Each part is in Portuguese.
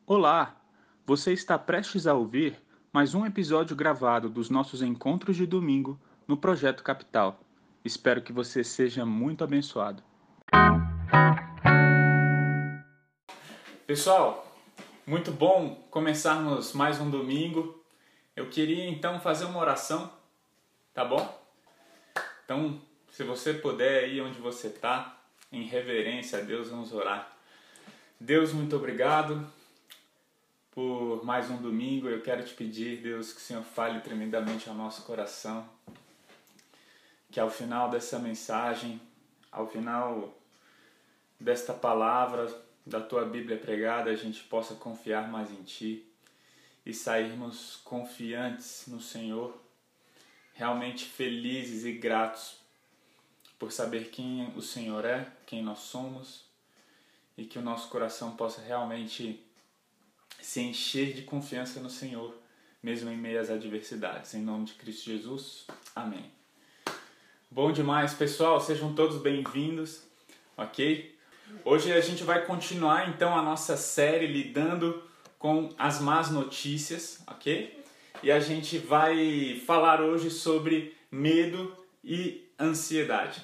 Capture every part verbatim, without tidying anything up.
Olá! Você está prestes a ouvir mais um episódio gravado dos nossos encontros de domingo no Projeto Capital. Espero que você seja muito abençoado. Pessoal, muito bom começarmos mais um domingo. Eu queria então fazer uma oração, tá bom? Então, se você puder ir onde você está, em reverência a Deus, vamos orar. Deus, muito obrigado por mais um domingo. Eu quero te pedir, Deus, que o Senhor fale tremendamente ao nosso coração, que ao final dessa mensagem, ao final desta palavra da Tua Bíblia pregada, a gente possa confiar mais em Ti e sairmos confiantes no Senhor, realmente felizes e gratos por saber quem o Senhor é, quem nós somos, e que o nosso coração possa realmente se encher de confiança no Senhor, mesmo em meio às adversidades. Em nome de Cristo Jesus. Amém. Bom demais, pessoal. Sejam todos bem-vindos, ok? Hoje a gente vai continuar, então, a nossa série lidando com as más notícias, ok? E a gente vai falar hoje sobre medo e ansiedade.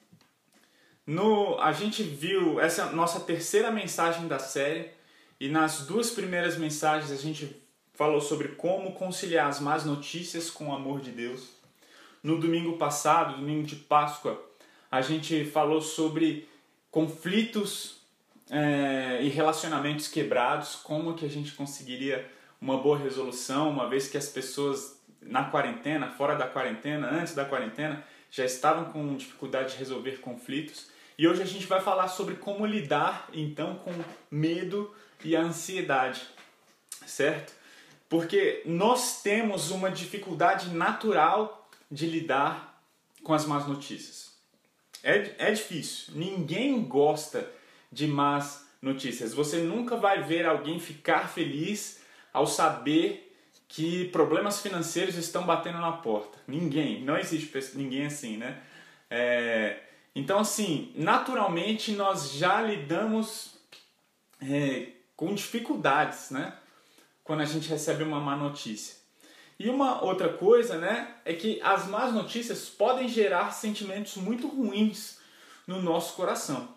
No, a gente viu essa é a nossa terceira mensagem da série, e nas duas primeiras mensagens a gente falou sobre como conciliar as más notícias com o amor de Deus. No domingo passado, domingo de Páscoa, a gente falou sobre conflitos é, e relacionamentos quebrados, como que a gente conseguiria uma boa resolução, uma vez que as pessoas na quarentena, fora da quarentena, antes da quarentena, já estavam com dificuldade de resolver conflitos. E hoje a gente vai falar sobre como lidar, então, com medo e a ansiedade, certo? Porque nós temos uma dificuldade natural de lidar com as más notícias. É, é difícil. Ninguém gosta de más notícias. Você nunca vai ver alguém ficar feliz ao saber que problemas financeiros estão batendo na porta. Ninguém. Não existe ninguém assim, né? É, então, assim, naturalmente nós já lidamos é, com dificuldades, né? Quando a gente recebe uma má notícia. E uma outra coisa, né, é que as más notícias podem gerar sentimentos muito ruins no nosso coração.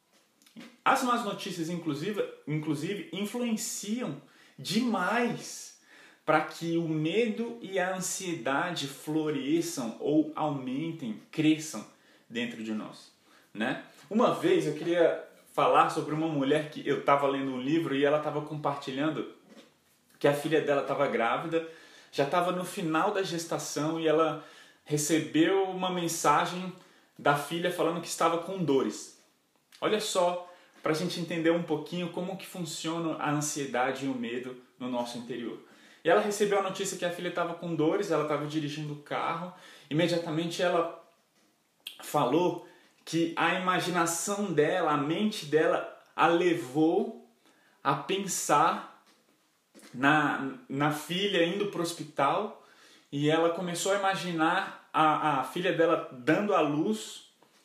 As más notícias, inclusive, inclusive influenciam demais para que o medo e a ansiedade floresçam ou aumentem, cresçam dentro de nós, né? Uma vez eu queria falar sobre uma mulher que eu estava lendo um livro e ela estava compartilhando que a filha dela estava grávida, já estava no final da gestação e ela recebeu uma mensagem da filha falando que estava com dores. Olha só, para a gente entender um pouquinho como que funciona a ansiedade e o medo no nosso interior. E ela recebeu a notícia que a filha estava com dores, ela estava dirigindo o carro, imediatamente ela falou que a imaginação dela, a mente dela, a levou a pensar na, na filha indo para o hospital, e ela começou a imaginar a, a filha dela dando à luz,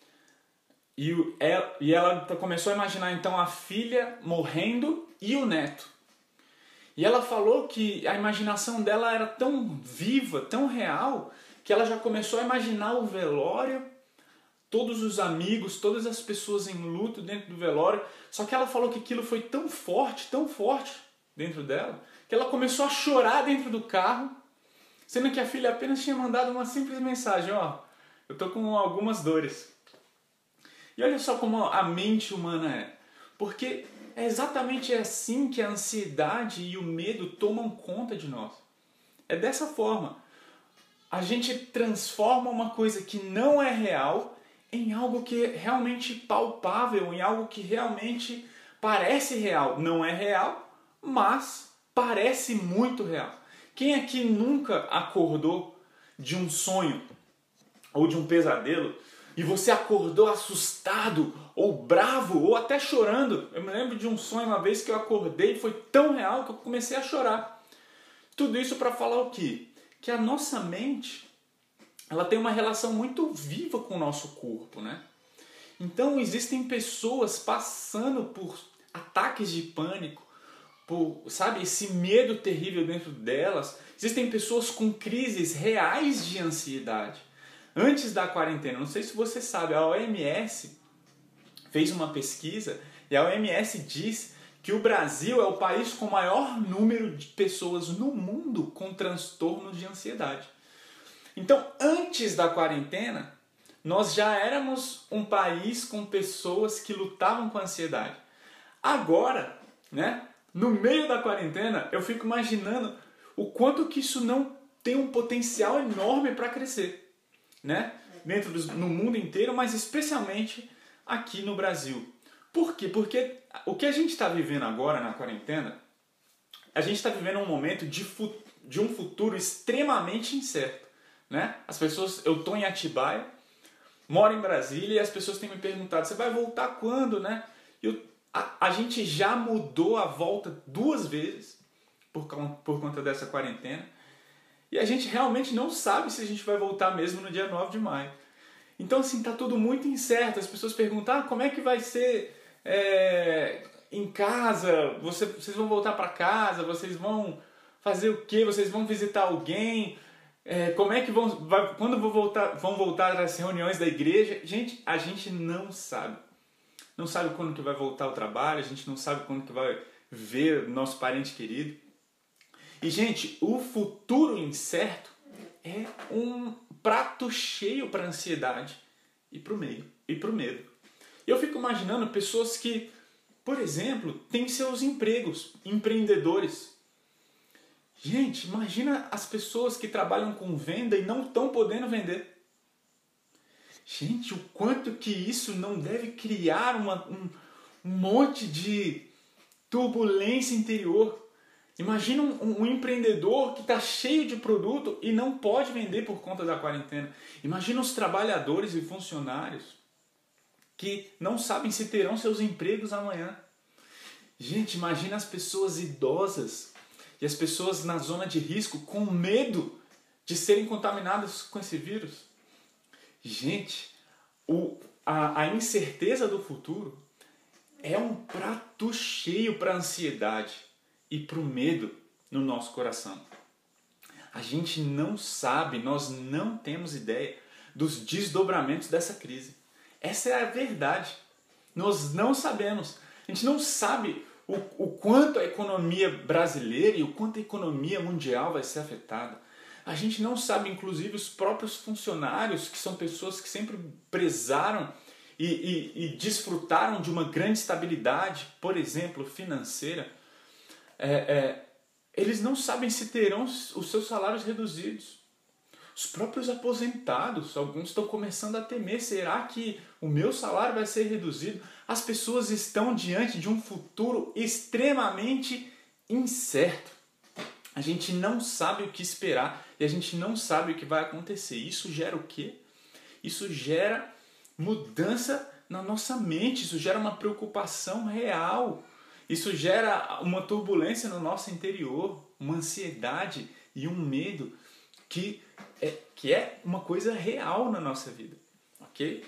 e, ela, e ela começou a imaginar então a filha morrendo e o neto. E ela falou que a imaginação dela era tão viva, tão real, que ela já começou a imaginar o velório, todos os amigos, todas as pessoas em luto dentro do velório. Só que ela falou que aquilo foi tão forte, tão forte dentro dela, que ela começou a chorar dentro do carro, sendo que a filha apenas tinha mandado uma simples mensagem: ó, eu tô com algumas dores. E olha só como a mente humana é. Porque é exatamente assim que a ansiedade e o medo tomam conta de nós. É dessa forma. A gente transforma uma coisa que não é real em algo que é realmente palpável, em algo que realmente parece real. Não é real, mas parece muito real. Quem aqui nunca acordou de um sonho ou de um pesadelo e você acordou assustado ou bravo ou até chorando? Eu me lembro de um sonho uma vez que eu acordei e foi tão real que eu comecei a chorar. Tudo isso para falar o quê? Que a nossa mente, ela tem uma relação muito viva com o nosso corpo, né? Então existem pessoas passando por ataques de pânico, por, sabe, esse medo terrível dentro delas. Existem pessoas com crises reais de ansiedade. Antes da quarentena, não sei se você sabe, a O M S fez uma pesquisa e a O M S diz que o Brasil é o país com o maior número de pessoas no mundo com transtorno de ansiedade. Então, antes da quarentena, nós já éramos um país com pessoas que lutavam com a ansiedade. Agora, né, no meio da quarentena, eu fico imaginando o quanto que isso não tem um potencial enorme para crescer, né? Dentro do, no mundo inteiro, mas especialmente aqui no Brasil. Por quê? Porque o que a gente está vivendo agora na quarentena, a gente está vivendo um momento de, fu- de um futuro extremamente incerto, né? As pessoas, eu estou em Atibaia, moro em Brasília e as pessoas têm me perguntado, você vai voltar quando, né? Eu, a, a gente já mudou a volta duas vezes por, por conta dessa quarentena e a gente realmente não sabe se a gente vai voltar mesmo no dia nove de maio. Então, assim, tá tudo muito incerto. As pessoas perguntam, ah, como é que vai ser é, em casa? Você, vocês vão voltar para casa? Vocês vão fazer o quê? Vocês vão visitar alguém? É, como é que vão... Vai, quando vão voltar, vão voltar às reuniões da igreja? Gente, a gente não sabe. Não sabe quando que vai voltar ao trabalho. A gente não sabe quando que vai ver nosso parente querido. E, gente, o futuro incerto é um prato cheio para a ansiedade e para o medo. E para o medo. Eu fico imaginando pessoas que, por exemplo, têm seus empregos, empreendedores. Gente, imagina as pessoas que trabalham com venda e não estão podendo vender. Gente, o quanto que isso não deve criar uma, um, um monte de turbulência interior. Imagina um, um empreendedor que está cheio de produto e não pode vender por conta da quarentena. Imagina os trabalhadores e funcionários que não sabem se terão seus empregos amanhã. Gente, imagina as pessoas idosas e as pessoas na zona de risco com medo de serem contaminadas com esse vírus. Gente, o, a, a incerteza do futuro é um prato cheio para a ansiedade e para o medo no nosso coração. A gente não sabe, nós não temos ideia dos desdobramentos dessa crise. Essa é a verdade. Nós não sabemos. A gente não sabe o, o quanto a economia brasileira e o quanto a economia mundial vai ser afetada. A gente não sabe, inclusive, os próprios funcionários, que são pessoas que sempre prezaram e, e, e desfrutaram de uma grande estabilidade, por exemplo, financeira. É, é, eles não sabem se terão os seus salários reduzidos. Os próprios aposentados, alguns estão começando a temer, será que o meu salário vai ser reduzido? As pessoas estão diante de um futuro extremamente incerto. A gente não sabe o que esperar e a gente não sabe o que vai acontecer. Isso gera o quê? Isso gera mudança na nossa mente, isso gera uma preocupação real. Isso gera uma turbulência no nosso interior, uma ansiedade e um medo que é, que é uma coisa real na nossa vida, ok?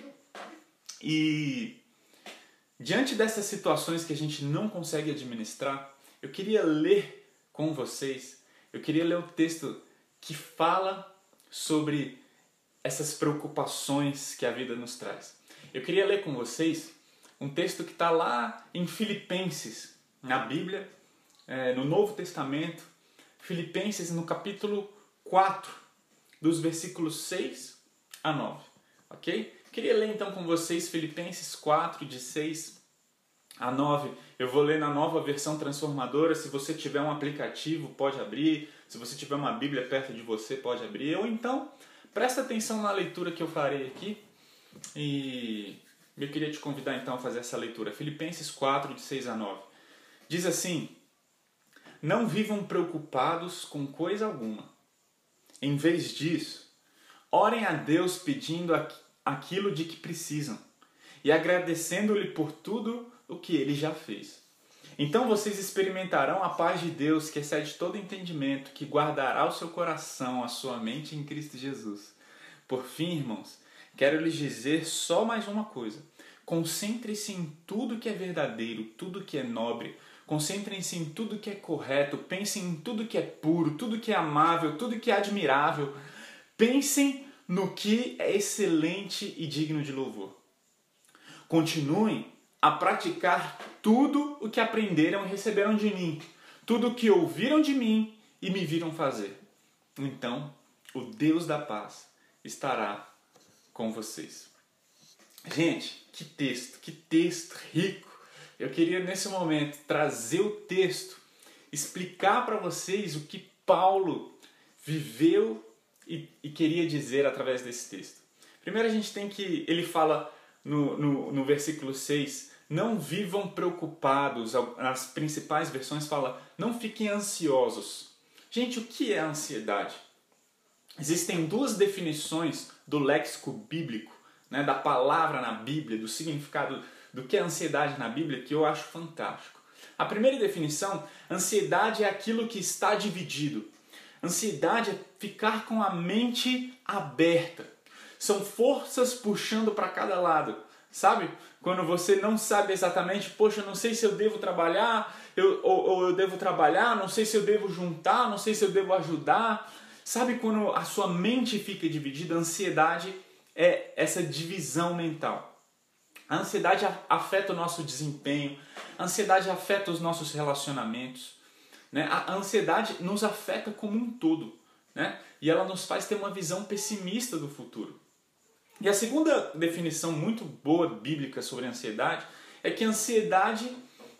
E diante dessas situações que a gente não consegue administrar, eu queria ler com vocês, eu queria ler o texto que fala sobre essas preocupações que a vida nos traz. Eu queria ler com vocês um texto que está lá em Filipenses, na Bíblia, é, no Novo Testamento, Filipenses no capítulo quatro, dos versículos seis a nove, ok? Queria ler então com vocês Filipenses quatro, de seis a nove. Eu vou ler na nova versão transformadora. Se você tiver um aplicativo, pode abrir. Se você tiver uma Bíblia perto de você, pode abrir. Ou então, presta atenção na leitura que eu farei aqui e... eu queria te convidar então a fazer essa leitura. Filipenses quatro, de seis a nove. Diz assim: não vivam preocupados com coisa alguma. Em vez disso, orem a Deus pedindo aquilo de que precisam e agradecendo-lhe por tudo o que Ele já fez. Então vocês experimentarão a paz de Deus que excede todo entendimento, que guardará o seu coração, a sua mente em Cristo Jesus. Por fim, irmãos, quero lhes dizer só mais uma coisa. Concentre-se em tudo que é verdadeiro, tudo que é nobre, Concentrem-se em tudo que é correto, pensem em tudo que é puro, tudo que é amável, tudo que é admirável. Pensem no que é excelente e digno de louvor. Continuem a praticar tudo o que aprenderam e receberam de mim, tudo o que ouviram de mim e me viram fazer. Então, o Deus da paz estará com vocês. Gente, que texto, que texto rico. Eu queria nesse momento trazer o texto, explicar para vocês o que Paulo viveu e, e queria dizer através desse texto. Primeiro a gente tem que, ele fala no, no, no versículo seis, não vivam preocupados, as principais versões falam, não fiquem ansiosos. Gente, o que é ansiedade? Existem duas definições do léxico bíblico, né, da palavra na Bíblia, do significado do que é ansiedade na Bíblia, que eu acho fantástico. A primeira definição, ansiedade é aquilo que está dividido. Ansiedade é ficar com a mente aberta. São forças puxando para cada lado. Sabe? Quando você não sabe exatamente, poxa, não sei se eu devo trabalhar, eu, ou, ou eu devo trabalhar, não sei se eu devo juntar, não sei se eu devo ajudar. Sabe quando a sua mente fica dividida? A ansiedade é essa divisão mental. A ansiedade afeta o nosso desempenho, a ansiedade afeta os nossos relacionamentos, né? A ansiedade nos afeta como um todo, né? E ela nos faz ter uma visão pessimista do futuro. E a segunda definição muito boa bíblica sobre a ansiedade é que a ansiedade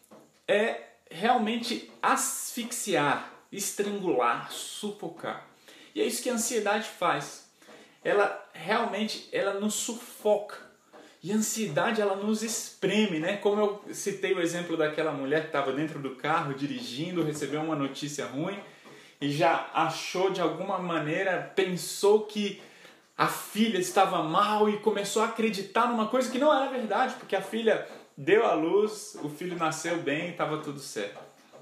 é realmente asfixiar, estrangular, sufocar. E é isso que a ansiedade faz. Ela realmente ela nos sufoca. E a ansiedade, ela nos espreme, né? Como eu citei o exemplo daquela mulher que estava dentro do carro, dirigindo, recebeu uma notícia ruim e já achou de alguma maneira, pensou que a filha estava mal e começou a acreditar numa coisa que não era verdade, porque a filha deu à luz, o filho nasceu bem e estava tudo certo,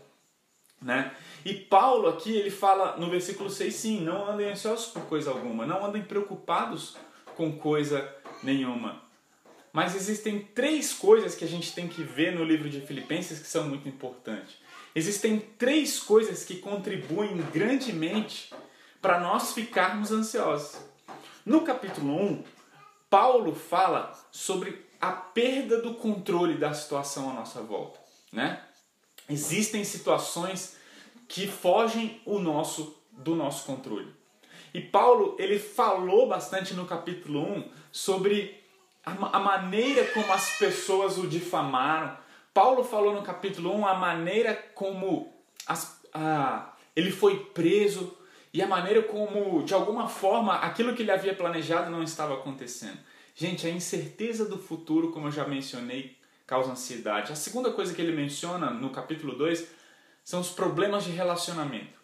né? E Paulo aqui, ele fala no versículo seis, sim, não andem ansiosos por coisa alguma, não andem preocupados com coisa nenhuma. Mas existem três coisas que a gente tem que ver no livro de Filipenses que são muito importantes. Existem três coisas que contribuem grandemente para nós ficarmos ansiosos. No capítulo um, Paulo fala sobre a perda do controle da situação à nossa volta, né? Existem situações que fogem o nosso, do nosso controle. E Paulo, ele falou bastante no capítulo um sobre a maneira como as pessoas o difamaram. Paulo falou no capítulo um a maneira como as, a, ele foi preso e a maneira como, de alguma forma, aquilo que ele havia planejado não estava acontecendo. Gente, a incerteza do futuro, como eu já mencionei, causa ansiedade. A segunda coisa que ele menciona no capítulo dois são os problemas de relacionamento.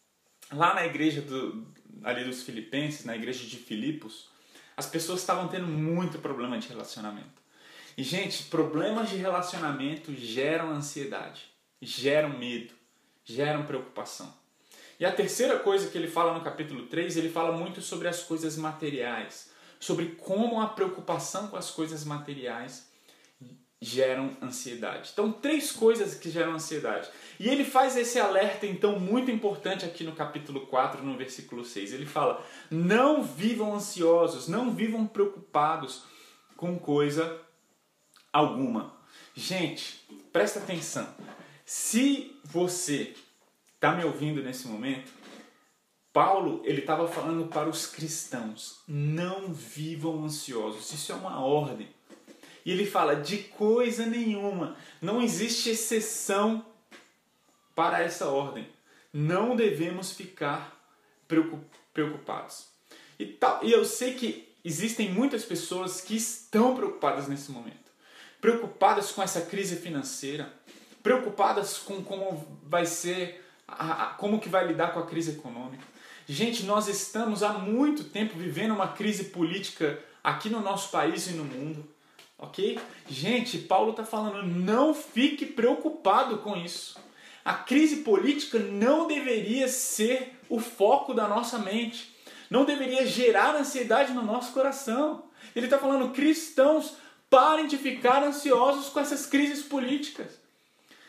Lá na igreja do, ali dos Filipenses, na igreja de Filipos, as pessoas estavam tendo muito problema de relacionamento. E, gente, problemas de relacionamento geram ansiedade, geram medo, geram preocupação. E a terceira coisa que ele fala no capítulo três, ele fala muito sobre as coisas materiais, sobre como a preocupação com as coisas materiais geram ansiedade. Então, três coisas que geram ansiedade. E ele faz esse alerta, então, muito importante aqui no capítulo quatro, no versículo seis. Ele fala, não vivam ansiosos, não vivam preocupados com coisa alguma. Gente, presta atenção. Se você está me ouvindo nesse momento, Paulo, ele estava falando para os cristãos, não vivam ansiosos. Isso é uma ordem. E ele fala, de coisa nenhuma, não existe exceção para essa ordem. Não devemos ficar preocupados. E, tal, e eu sei que existem muitas pessoas que estão preocupadas nesse momento. Preocupadas com essa crise financeira, preocupadas com como vai ser, a, a, como que vai lidar com a crise econômica. Gente, nós estamos há muito tempo vivendo uma crise política aqui no nosso país e no mundo. Ok? Gente, Paulo está falando, não fique preocupado com isso. A crise política não deveria ser o foco da nossa mente. Não deveria gerar ansiedade no nosso coração. Ele está falando, cristãos, parem de ficar ansiosos com essas crises políticas.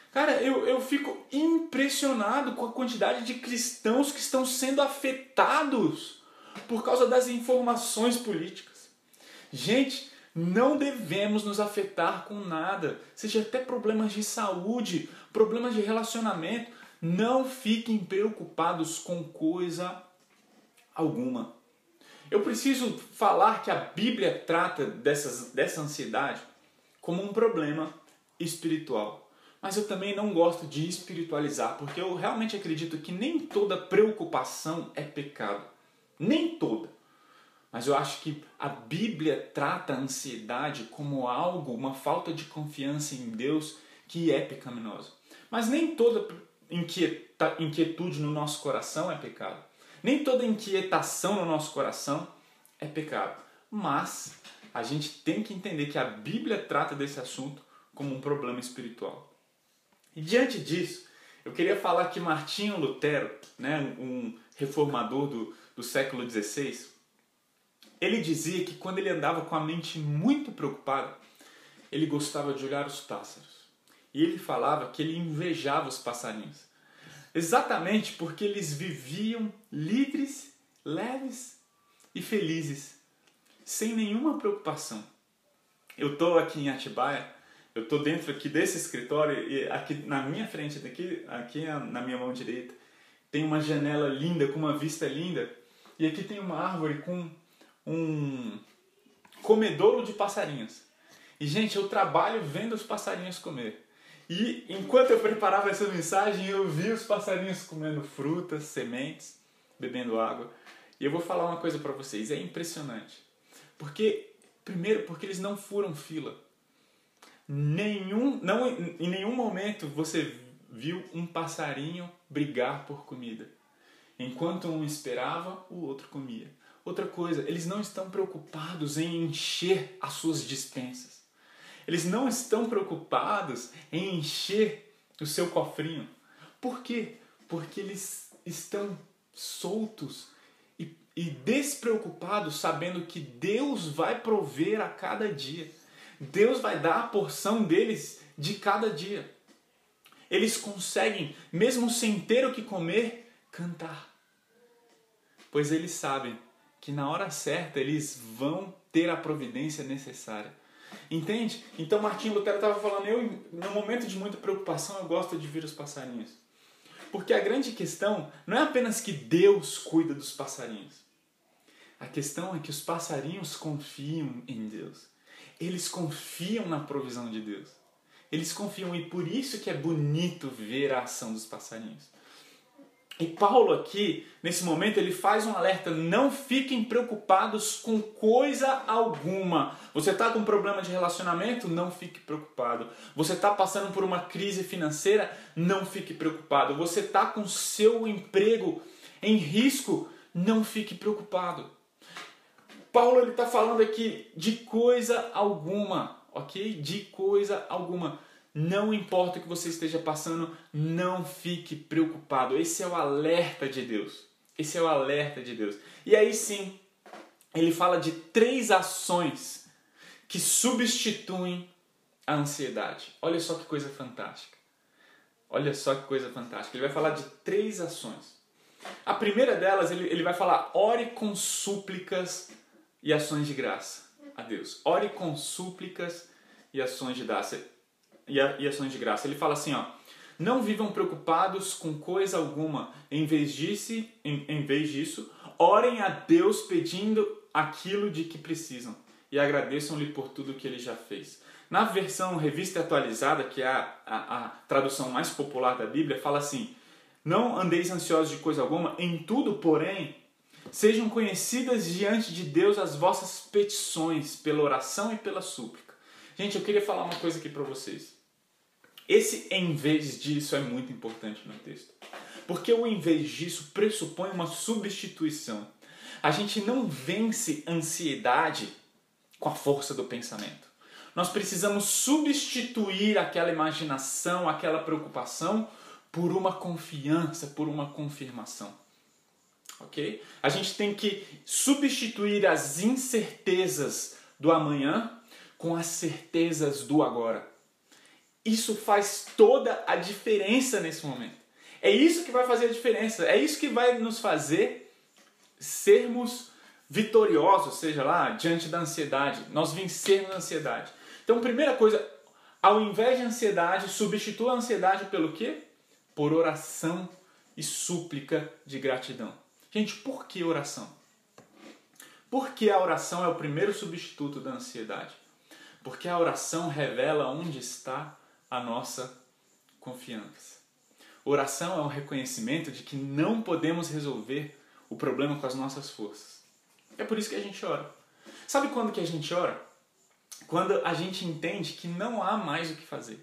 Cara, eu, eu fico impressionado com a quantidade de cristãos que estão sendo afetados por causa das informações políticas. Gente, não devemos nos afetar com nada, seja até problemas de saúde, problemas de relacionamento. Não fiquem preocupados com coisa alguma. Eu preciso falar que a Bíblia trata dessas, dessa ansiedade como um problema espiritual. Mas eu também não gosto de espiritualizar, porque eu realmente acredito que nem toda preocupação é pecado. Nem toda. Mas eu acho que a Bíblia trata a ansiedade como algo, uma falta de confiança em Deus que é pecaminosa. Mas nem toda inquieta, inquietude no nosso coração é pecado. Nem toda inquietação no nosso coração é pecado. Mas a gente tem que entender que a Bíblia trata desse assunto como um problema espiritual. E diante disso, eu queria falar que Martinho Lutero, né, um reformador do, do século dezesseis, ele dizia que quando ele andava com a mente muito preocupada, ele gostava de olhar os pássaros. E ele falava que ele invejava os passarinhos. Exatamente porque eles viviam livres, leves e felizes, sem nenhuma preocupação. Eu estou aqui em Atibaia, eu estou dentro aqui desse escritório e aqui na minha frente, aqui, aqui na minha mão direita, tem uma janela linda, com uma vista linda, e aqui tem uma árvore com um comedouro de passarinhos. E, gente, eu trabalho vendo os passarinhos comer. E enquanto eu preparava essa mensagem, eu vi os passarinhos comendo frutas, sementes, bebendo água. E eu vou falar uma coisa para vocês, é impressionante. Porque, primeiro, porque eles não furam fila. Nenhum, não, em nenhum momento você viu um passarinho brigar por comida. Enquanto um esperava, o outro comia. Outra coisa, eles não estão preocupados em encher as suas despensas. Eles não estão preocupados em encher o seu cofrinho. Por quê? Porque eles estão soltos e, e despreocupados, sabendo que Deus vai prover a cada dia. Deus vai dar a porção deles de cada dia. Eles conseguem, mesmo sem ter o que comer, cantar. Pois eles sabem que na hora certa eles vão ter a providência necessária. Entende? Então Martinho Lutero estava falando, eu no momento de muita preocupação eu gosto de ver os passarinhos. Porque a grande questão não é apenas que Deus cuida dos passarinhos. A questão é que os passarinhos confiam em Deus. Eles confiam na provisão de Deus. Eles confiam e por isso que é bonito ver a ação dos passarinhos. E Paulo aqui, nesse momento, ele faz um alerta, não fiquem preocupados com coisa alguma. Você está com um problema de relacionamento? Não fique preocupado. Você está passando por uma crise financeira? Não fique preocupado. Você está com seu emprego em risco? Não fique preocupado. Paulo está falando aqui de coisa alguma, ok? De coisa alguma. Não importa o que você esteja passando, não fique preocupado. Esse é o alerta de Deus. Esse é o alerta de Deus. E aí sim, ele fala de três ações que substituem a ansiedade. Olha só que coisa fantástica. Olha só que coisa fantástica. Ele vai falar de três ações. A primeira delas, ele, ele vai falar, ore com súplicas e ações de graça a Deus. Ore com súplicas e ações de graça. E, a, e ações de graça. Ele fala assim, ó, não vivam preocupados com coisa alguma. Em vez disso, em, em vez disso, orem a Deus pedindo aquilo de que precisam e agradeçam-lhe por tudo que ele já fez. Na versão revista atualizada, que é a, a, a tradução mais popular da Bíblia, fala assim, não andeis ansiosos de coisa alguma, em tudo, porém, sejam conhecidas diante de Deus as vossas petições pela oração e pela súplica. Gente, eu queria falar uma coisa aqui para vocês. Esse em vez disso é muito importante no texto. Porque o em vez disso pressupõe uma substituição. A gente não vence ansiedade com a força do pensamento. Nós precisamos substituir aquela imaginação, aquela preocupação por uma confiança, por uma confirmação. Ok? A gente tem que substituir as incertezas do amanhã com as certezas do agora. Isso faz toda a diferença nesse momento. É isso que vai fazer a diferença. É isso que vai nos fazer sermos vitoriosos, seja lá, diante da ansiedade. Nós vencermos a ansiedade. Então, primeira coisa, ao invés de ansiedade, substitua a ansiedade pelo quê? Por oração e súplica de gratidão. Gente, por que oração? Porque a oração é o primeiro substituto da ansiedade. Porque a oração revela onde está a nossa confiança. Oração é um reconhecimento de que não podemos resolver o problema com as nossas forças. É por isso que a gente ora. Sabe quando que a gente ora? Quando a gente entende que não há mais o que fazer.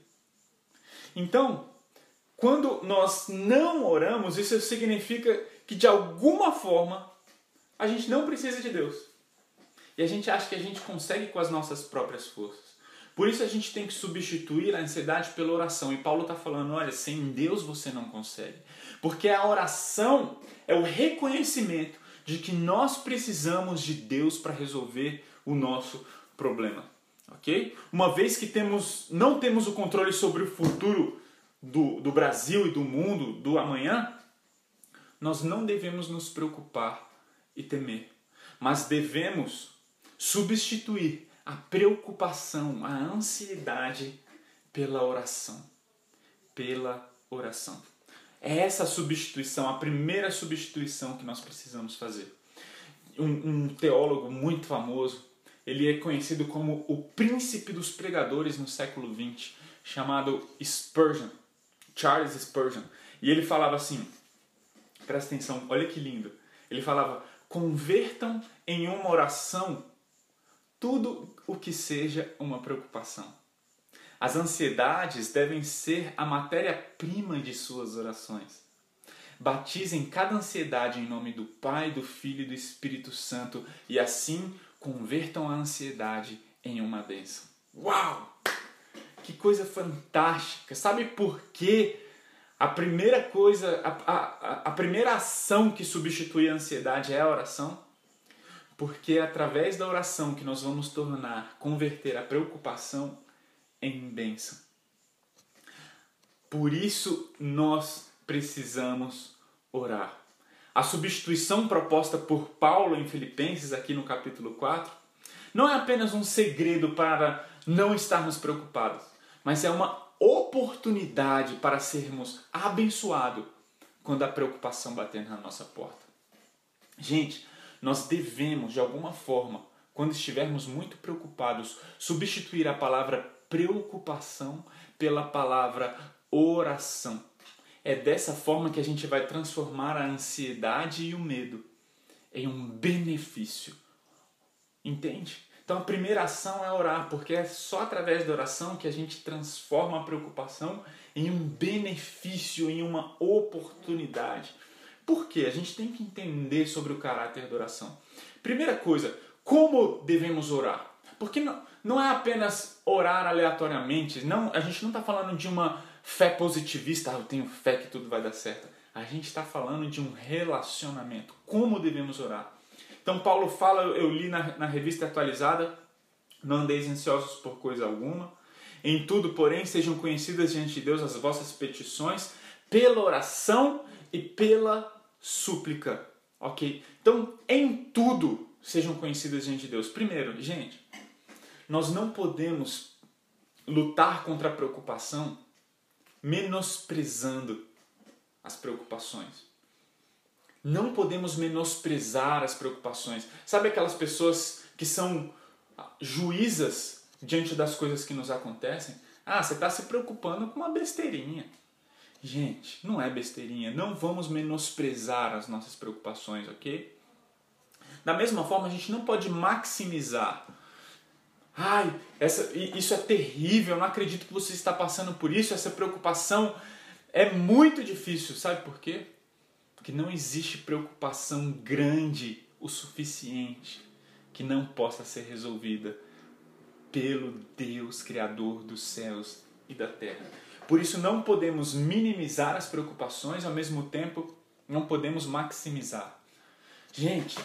Então, quando nós não oramos, isso significa que de alguma forma a gente não precisa de Deus. E a gente acha que a gente consegue com as nossas próprias forças. Por isso a gente tem que substituir a ansiedade pela oração. E Paulo está falando, olha, sem Deus você não consegue. Porque a oração é o reconhecimento de que nós precisamos de Deus para resolver o nosso problema. Ok? Uma vez que temos, não temos o controle sobre o futuro do, do Brasil e do mundo, do amanhã, nós não devemos nos preocupar e temer. Mas devemos substituir a preocupação, a ansiedade pela oração. Pela oração. É essa substituição, a primeira substituição que nós precisamos fazer. Um, um teólogo muito famoso, ele é conhecido como o príncipe dos pregadores no século vinte, chamado Spurgeon, Charles Spurgeon. E ele falava assim, presta atenção, olha que lindo. Ele falava, convertam em uma oração tudo o que seja uma preocupação. As ansiedades devem ser a matéria-prima de suas orações. Batizem cada ansiedade em nome do Pai, do Filho e do Espírito Santo e assim convertam a ansiedade em uma bênção. Uau! Que coisa fantástica! Sabe por quê? A primeira coisa, a, a, a primeira ação que substitui a ansiedade é a oração? Porque é através da oração que nós vamos tornar, converter a preocupação em bênção. Por isso nós precisamos orar. A substituição proposta por Paulo em Filipenses, aqui no capítulo quatro, não é apenas um segredo para não estarmos preocupados, mas é uma oportunidade para sermos abençoados quando a preocupação bater na nossa porta. Gente, nós devemos, de alguma forma, quando estivermos muito preocupados, substituir a palavra preocupação pela palavra oração. É dessa forma que a gente vai transformar a ansiedade e o medo em um benefício. Entende? Então a primeira ação é orar, porque é só através da oração que a gente transforma a preocupação em um benefício, em uma oportunidade. Por quê? A gente tem que entender sobre o caráter da oração. Primeira coisa, como devemos orar? Porque não, não é apenas orar aleatoriamente, não, a gente não está falando de uma fé positivista, ah, eu tenho fé que tudo vai dar certo. A gente está falando de um relacionamento. Como devemos orar? Então Paulo fala, eu li na, na revista atualizada, não andeis ansiosos por coisa alguma, em tudo, porém, sejam conhecidas diante de Deus as vossas petições, pela oração e pela súplica, ok? Então, em tudo, sejam conhecidas diante de Deus. Primeiro, gente, nós não podemos lutar contra a preocupação menosprezando as preocupações. Não podemos menosprezar as preocupações. Sabe aquelas pessoas que são juízas diante das coisas que nos acontecem? Ah, você está se preocupando com uma besteirinha. Gente, não é besteirinha. Não vamos menosprezar as nossas preocupações, ok? Da mesma forma, a gente não pode maximizar. Ai, essa, isso é terrível, eu não acredito que você está passando por isso, essa preocupação é muito difícil. Sabe por quê? Porque não existe preocupação grande o suficiente que não possa ser resolvida pelo Deus Criador dos céus e da terra. Por isso não podemos minimizar as preocupações, ao mesmo tempo não podemos maximizar. Gente,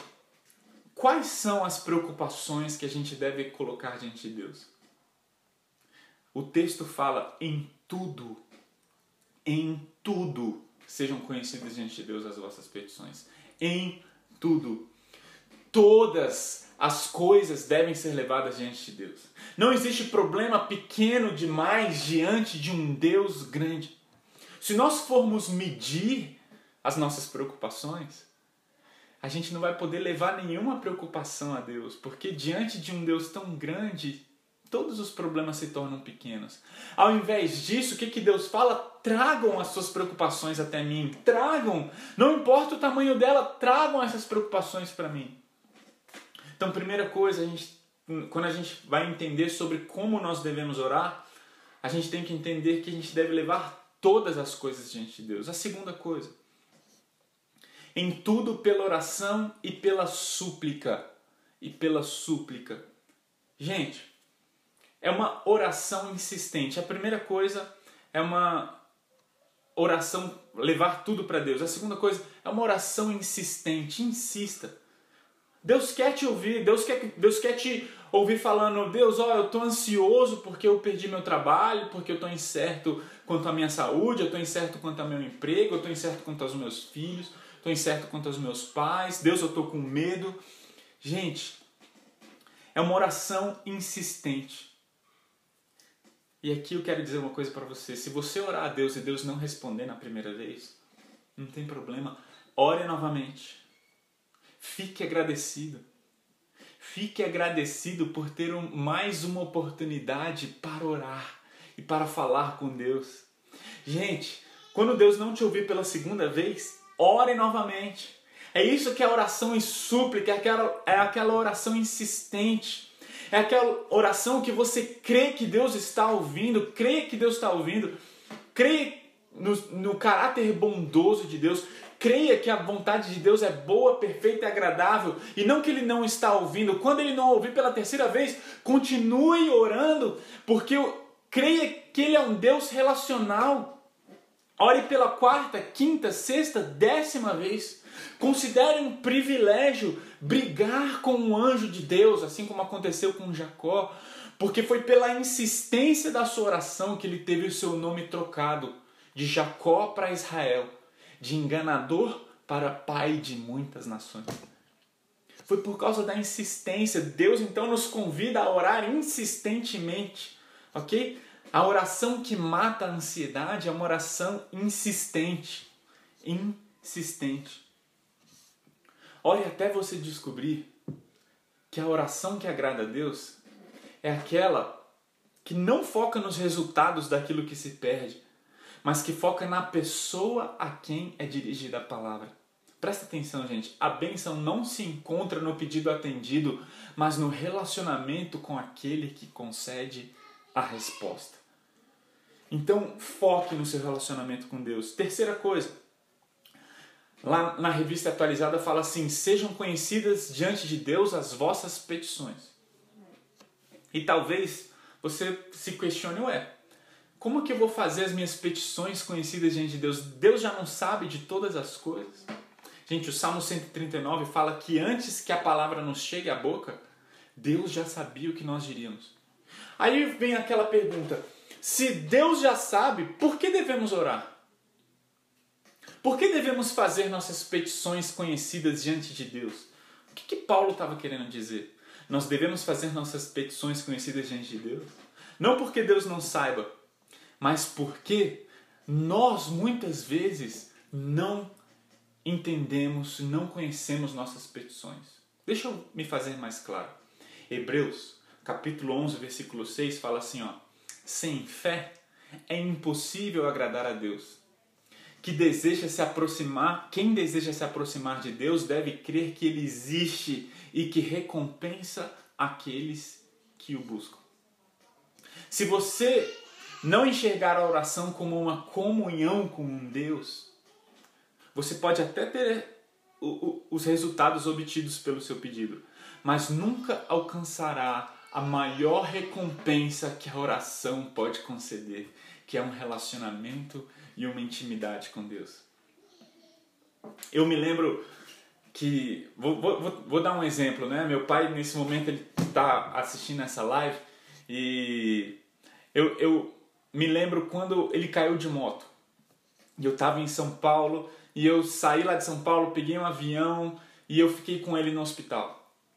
quais são as preocupações que a gente deve colocar diante de Deus? O texto fala em tudo, em tudo sejam conhecidas diante de Deus as vossas petições. Em tudo. Todas as coisas devem ser levadas diante de Deus. Não existe problema pequeno demais diante de um Deus grande. Se nós formos medir as nossas preocupações, a gente não vai poder levar nenhuma preocupação a Deus, porque diante de um Deus tão grande, todos os problemas se tornam pequenos. Ao invés disso, o que, que Deus fala? Tragam as suas preocupações até mim. Tragam. Não importa o tamanho dela, tragam essas preocupações para mim. Então, primeira coisa, a gente, quando a gente vai entender sobre como nós devemos orar, a gente tem que entender que a gente deve levar todas as coisas diante de Deus. A segunda coisa, em tudo pela oração e pela súplica. E pela súplica. Gente, é uma oração insistente. A primeira coisa é uma oração, levar tudo para Deus. A segunda coisa é uma oração insistente. Insista. Deus quer te ouvir. Deus quer, Deus quer te ouvir falando: Deus, ó, eu estou ansioso porque eu perdi meu trabalho, porque eu estou incerto quanto à minha saúde, eu estou incerto quanto ao meu emprego, eu estou incerto quanto aos meus filhos, estou incerto quanto aos meus pais. Deus, eu estou com medo. Gente, é uma oração insistente. E aqui eu quero dizer uma coisa para você. Se você orar a Deus e Deus não responder na primeira vez, não tem problema. Ore novamente. Fique agradecido. Fique agradecido por ter um, mais uma oportunidade para orar e para falar com Deus. Gente, quando Deus não te ouvir pela segunda vez, ore novamente. É isso que é oração em súplica, é aquela, é aquela oração insistente. É aquela oração que você crê que Deus está ouvindo, crê que Deus está ouvindo, crê no, no caráter bondoso de Deus, creia que a vontade de Deus é boa, perfeita e agradável, e não que Ele não está ouvindo. Quando Ele não ouvir pela terceira vez, continue orando, porque creia que Ele é um Deus relacional. Ore pela quarta, quinta, sexta, décima vez. Considere um privilégio brigar com um anjo de Deus, assim como aconteceu com Jacó, porque foi pela insistência da sua oração que ele teve o seu nome trocado de Jacó para Israel, de enganador para pai de muitas nações. Foi por causa da insistência. Deus então nos convida a orar insistentemente, ok? A oração que mata a ansiedade é uma oração insistente. Insistente. Olhe até você descobrir que a oração que agrada a Deus é aquela que não foca nos resultados daquilo que se perde, mas que foca na pessoa a quem é dirigida a palavra. Presta atenção, gente. A bênção não se encontra no pedido atendido, mas no relacionamento com aquele que concede a resposta. Então, foque no seu relacionamento com Deus. Terceira coisa. Lá na revista atualizada fala assim: sejam conhecidas diante de Deus as vossas petições. E talvez você se questione: ué, como que eu vou fazer as minhas petições conhecidas diante de Deus? Deus já não sabe de todas as coisas? Gente, o Salmo cento e trinta e nove fala que antes que a palavra nos chegue à boca, Deus já sabia o que nós diríamos. Aí vem aquela pergunta: se Deus já sabe, por que devemos orar? Por que devemos fazer nossas petições conhecidas diante de Deus? O que, que Paulo estava querendo dizer? Nós devemos fazer nossas petições conhecidas diante de Deus? Não porque Deus não saiba, mas porque nós muitas vezes não entendemos, não conhecemos nossas petições. Deixa eu me fazer mais claro. Hebreus, capítulo onze, versículo seis, fala assim, ó: sem fé é impossível agradar a Deus. Que deseja se aproximar, quem deseja se aproximar de Deus deve crer que Ele existe e que recompensa aqueles que o buscam. Se você não enxergar a oração como uma comunhão com um Deus, você pode até ter o, o, os resultados obtidos pelo seu pedido, mas nunca alcançará a maior recompensa que a oração pode conceder, que é um relacionamento e uma intimidade com Deus. Eu me lembro que... Vou, vou, vou dar um exemplo, né? Meu pai, nesse momento, ele está assistindo essa live e Eu, eu me lembro quando ele caiu de moto. E eu estava em São Paulo, e eu saí lá de São Paulo, peguei um avião, e eu fiquei com ele no hospital.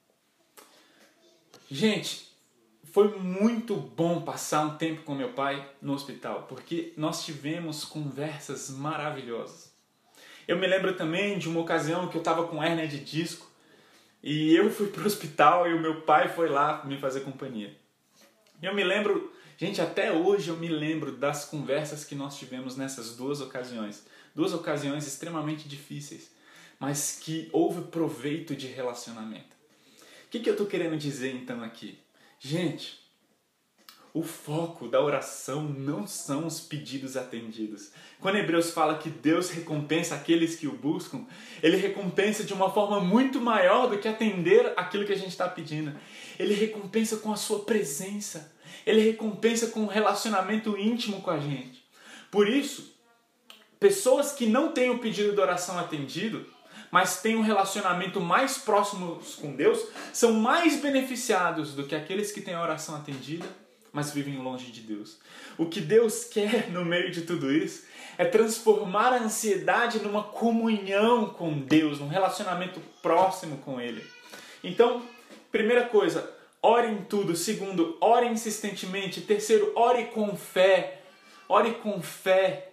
Gente, foi muito bom passar um tempo com meu pai no hospital, porque nós tivemos conversas maravilhosas. Eu me lembro também de uma ocasião que eu estava com hérnia de disco, e eu fui para o hospital e o meu pai foi lá me fazer companhia. E eu me lembro, gente, até hoje eu me lembro das conversas que nós tivemos nessas duas ocasiões. Duas ocasiões extremamente difíceis, mas que houve proveito de relacionamento. O que, que eu estou querendo dizer então aqui? Gente, o foco da oração não são os pedidos atendidos. Quando Hebreus fala que Deus recompensa aqueles que o buscam, Ele recompensa de uma forma muito maior do que atender aquilo que a gente está pedindo. Ele recompensa com a sua presença. Ele recompensa com um relacionamento íntimo com a gente. Por isso, pessoas que não têm o pedido de oração atendido, mas têm um relacionamento mais próximo com Deus, são mais beneficiados do que aqueles que têm a oração atendida, mas vivem longe de Deus. O que Deus quer no meio de tudo isso é transformar a ansiedade numa comunhão com Deus, num relacionamento próximo com Ele. Então, primeira coisa, ore em tudo. Segundo, ore insistentemente. Terceiro, ore com fé. Ore com fé.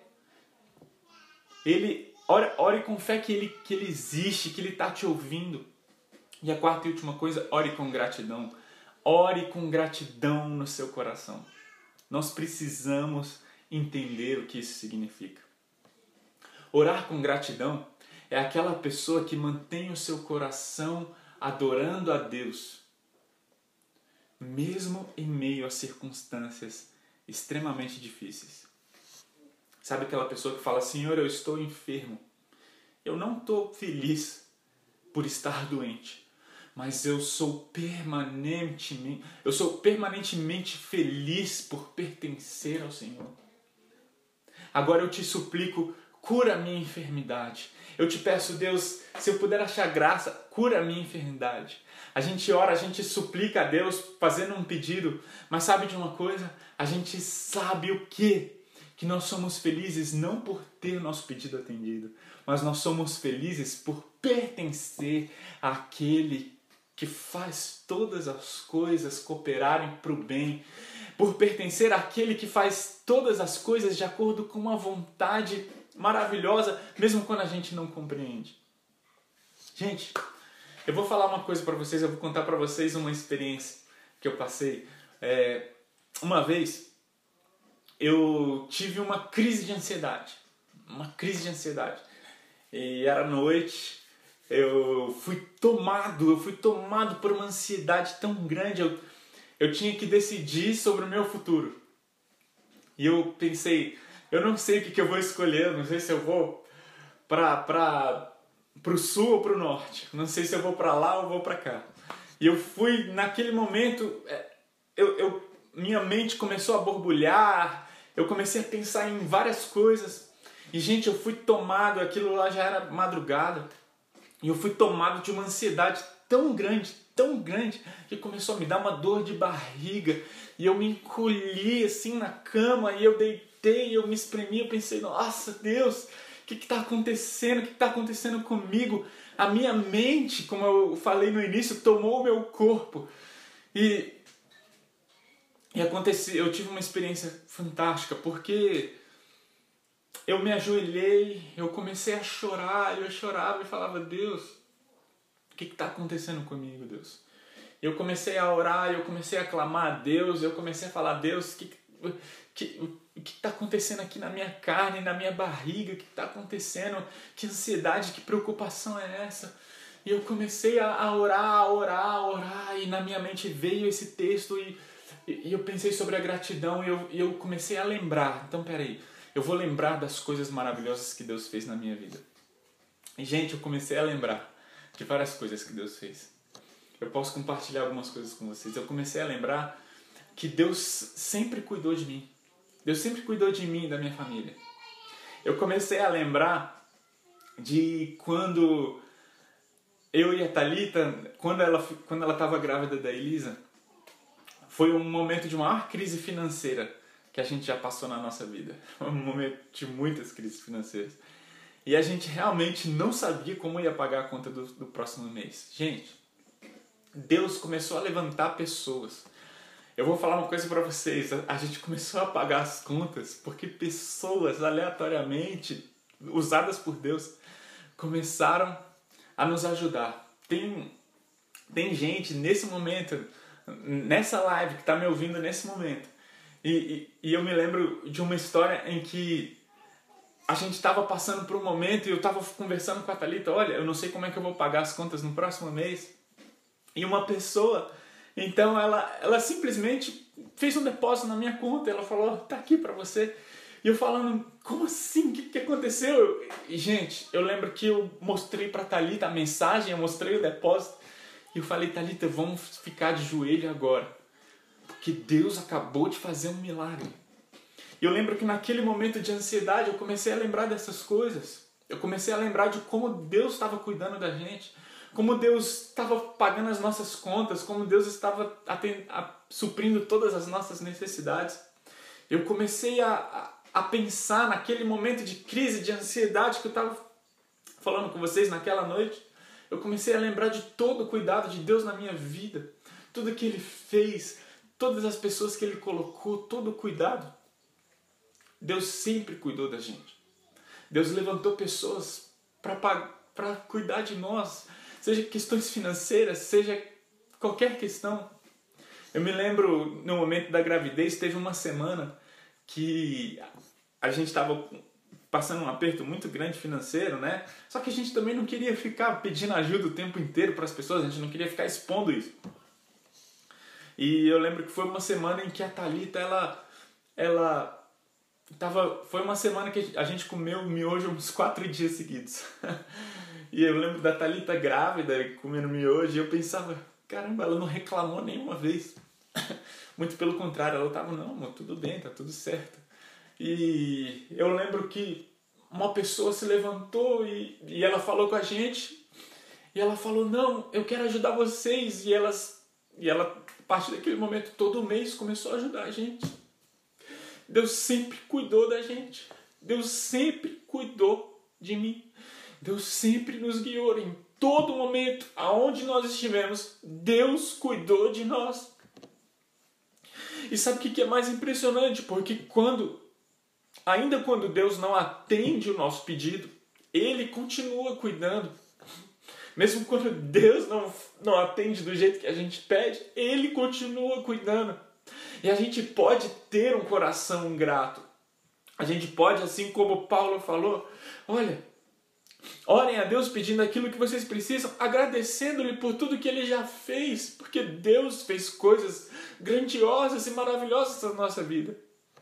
Ele, ore, ore com fé que ele, que ele existe, que Ele está te ouvindo. E a quarta e última coisa, ore com gratidão. Ore com gratidão no seu coração. Nós precisamos entender o que isso significa. Orar com gratidão é aquela pessoa que mantém o seu coração adorando a Deus, mesmo em meio a circunstâncias extremamente difíceis. Sabe aquela pessoa que fala, Senhor, eu estou enfermo. Eu não estou feliz por estar doente. Mas eu sou permanentemente, eu sou permanentemente feliz por pertencer ao Senhor. Agora eu te suplico, cura a minha enfermidade. Eu te peço, Deus, se eu puder achar graça, cura a minha enfermidade. A gente ora, a gente suplica a Deus fazendo um pedido, mas sabe de uma coisa? A gente sabe o quê? Que nós somos felizes não por ter nosso pedido atendido, mas nós somos felizes por pertencer àquele que faz todas as coisas cooperarem para o bem, por pertencer àquele que faz todas as coisas de acordo com uma vontade maravilhosa, mesmo quando a gente não compreende. Gente, eu vou falar uma coisa para vocês, eu vou contar para vocês uma experiência que eu passei. É, uma vez, eu tive uma crise de ansiedade, uma crise de ansiedade, e era noite. Eu fui tomado, eu fui tomado por uma ansiedade tão grande, eu, eu tinha que decidir sobre o meu futuro. E eu pensei, eu não sei o que, que eu vou escolher, eu não sei se eu vou para para o sul ou para o norte, não sei se eu vou para lá ou vou para cá. E eu fui, naquele momento, eu, eu, minha mente começou a borbulhar, eu comecei a pensar em várias coisas. E gente, eu fui tomado, aquilo lá já era madrugada. E eu fui tomado de uma ansiedade tão grande, tão grande, que começou a me dar uma dor de barriga. E eu me encolhi assim na cama, e eu deitei, eu me espremi, eu pensei, nossa Deus, o que está acontecendo? O que está acontecendo comigo? A minha mente, como eu falei no início, tomou o meu corpo. E, e aconteceu, eu tive uma experiência fantástica, porque eu me ajoelhei, eu comecei a chorar, eu chorava e falava, Deus, o que está acontecendo comigo, Deus? Eu comecei a orar, eu comecei a clamar a Deus, eu comecei a falar, Deus, o que que, que está acontecendo aqui na minha carne, na minha barriga? O que está acontecendo? Que ansiedade, que preocupação é essa? E eu comecei a, a orar, a orar, a orar, e na minha mente veio esse texto, e, e eu pensei sobre a gratidão, e eu, e eu comecei a lembrar, então peraí, eu vou lembrar das coisas maravilhosas que Deus fez na minha vida. E, gente, eu comecei a lembrar de várias coisas que Deus fez. Eu posso compartilhar algumas coisas com vocês. Eu comecei a lembrar que Deus sempre cuidou de mim. Deus sempre cuidou de mim e da minha família. Eu comecei a lembrar de quando eu e a Thalita, quando ela quando ela estava grávida da Elisa, foi um momento de maior crise financeira que a gente já passou na nossa vida. Foi um momento de muitas crises financeiras. E a gente realmente não sabia como ia pagar a conta do, do próximo mês. Gente, Deus começou a levantar pessoas. Eu vou falar uma coisa para vocês. A, a gente começou a pagar as contas porque pessoas aleatoriamente, usadas por Deus, começaram a nos ajudar. Tem, tem gente nesse momento, nessa live, que está me ouvindo nesse momento. E, e, e eu me lembro de uma história em que a gente estava passando por um momento e eu estava conversando com a Thalita, olha, eu não sei como é que eu vou pagar as contas no próximo mês. E uma pessoa, então ela, ela simplesmente fez um depósito na minha conta, ela falou, tá aqui para você. E eu falando, como assim? O que, que aconteceu? E, gente, eu lembro que eu mostrei para a Thalita a mensagem, eu mostrei o depósito. E eu falei, Thalita, vamos ficar de joelho agora. Porque Deus acabou de fazer um milagre. E eu lembro que naquele momento de ansiedade, eu comecei a lembrar dessas coisas. Eu comecei a lembrar de como Deus estava cuidando da gente. Como Deus estava pagando as nossas contas. Como Deus estava atend- a, suprindo todas as nossas necessidades. Eu comecei a... a a pensar naquele momento de crise, de ansiedade que eu estava falando com vocês naquela noite. Eu comecei a lembrar de todo o cuidado de Deus na minha vida, tudo que Ele fez, todas as pessoas que Ele colocou, todo o cuidado. Deus sempre cuidou da gente. Deus levantou pessoas para cuidar de nós, seja questões financeiras, seja qualquer questão. Eu me lembro, no momento da gravidez, teve uma semana que a gente estava passando um aperto muito grande financeiro, né? Só que a gente também não queria ficar pedindo ajuda o tempo inteiro para as pessoas, a gente não queria ficar expondo isso. E eu lembro que foi uma semana em que a Thalita, ela, ela tava, foi uma semana que a gente comeu miojo uns quatro dias seguidos. E eu lembro da Thalita grávida, comendo miojo, e eu pensava, caramba, ela não reclamou nenhuma vez. Muito pelo contrário, ela estava, não, amor, tudo bem, tá tudo certo. E eu lembro que uma pessoa se levantou e, e ela falou com a gente, e ela falou, não, eu quero ajudar vocês. E, elas, e ela, a partir daquele momento, todo mês começou a ajudar a gente. Deus sempre cuidou da gente. Deus sempre cuidou de mim. Deus sempre nos guiou em todo momento, aonde nós estivemos, Deus cuidou de nós. E sabe o que é mais impressionante? Porque quando, ainda quando Deus não atende o nosso pedido, Ele continua cuidando. Mesmo quando Deus não, não atende do jeito que a gente pede, Ele continua cuidando. E a gente pode ter um coração grato. A gente pode, assim como Paulo falou, olha, orem a Deus pedindo aquilo que vocês precisam, agradecendo-lhe por tudo que Ele já fez, porque Deus fez coisas grandiosas e maravilhosas na nossa vida.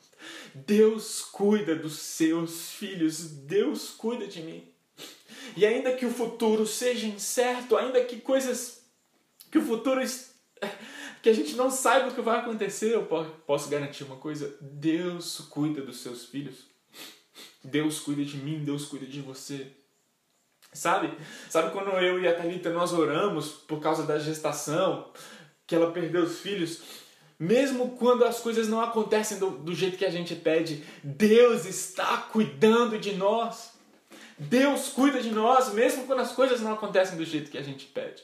Deus cuida dos seus filhos, Deus cuida de mim. E ainda que o futuro seja incerto, ainda que coisas, que o futuro, que a gente não saiba o que vai acontecer, eu posso garantir uma coisa, Deus cuida dos seus filhos. Deus cuida de mim, Deus cuida de você. Sabe? Sabe quando eu e a Thalita nós oramos por causa da gestação, que ela perdeu os filhos? Mesmo quando as coisas não acontecem do, do jeito que a gente pede, Deus está cuidando de nós. Deus cuida de nós, mesmo quando as coisas não acontecem do jeito que a gente pede.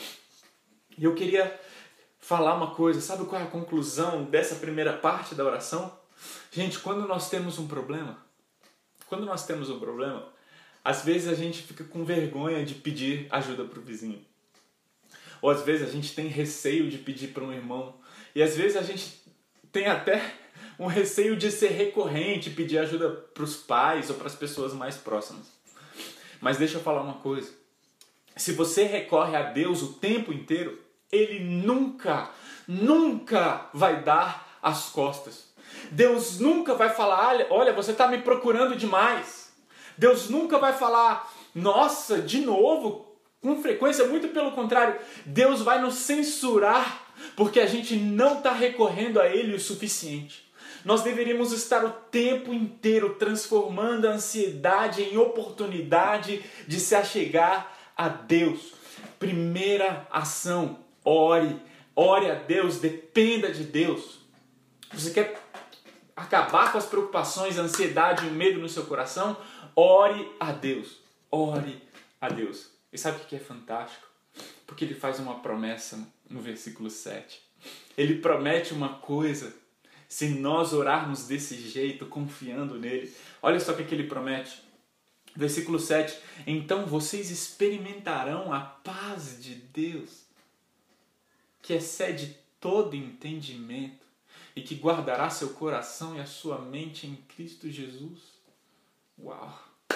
E eu queria falar uma coisa, sabe qual é a conclusão dessa primeira parte da oração? Gente, quando nós temos um problema, quando nós temos um problema, às vezes a gente fica com vergonha de pedir ajuda para o vizinho. Ou às vezes a gente tem receio de pedir para um irmão. E às vezes a gente tem até um receio de ser recorrente, pedir ajuda para os pais ou para as pessoas mais próximas. Mas deixa eu falar uma coisa. Se você recorre a Deus o tempo inteiro, Ele nunca, nunca vai dar as costas. Deus nunca vai falar, olha, você está me procurando demais. Deus nunca vai falar, nossa, de novo, com frequência, muito pelo contrário. Deus vai nos censurar porque a gente não está recorrendo a Ele o suficiente. Nós deveríamos estar o tempo inteiro transformando a ansiedade em oportunidade de se achegar a Deus. Primeira ação, ore. Ore a Deus, dependa de Deus. Você quer acabar com as preocupações, a ansiedade e o medo no seu coração, ore a Deus. Ore a Deus. E sabe o que é fantástico? Porque ele faz uma promessa no versículo sete. Ele promete uma coisa se nós orarmos desse jeito, confiando nele. Olha só o que ele promete. Versículo sete. Então vocês experimentarão a paz de Deus, que excede todo entendimento e que guardará seu coração e a sua mente em Cristo Jesus. Uau!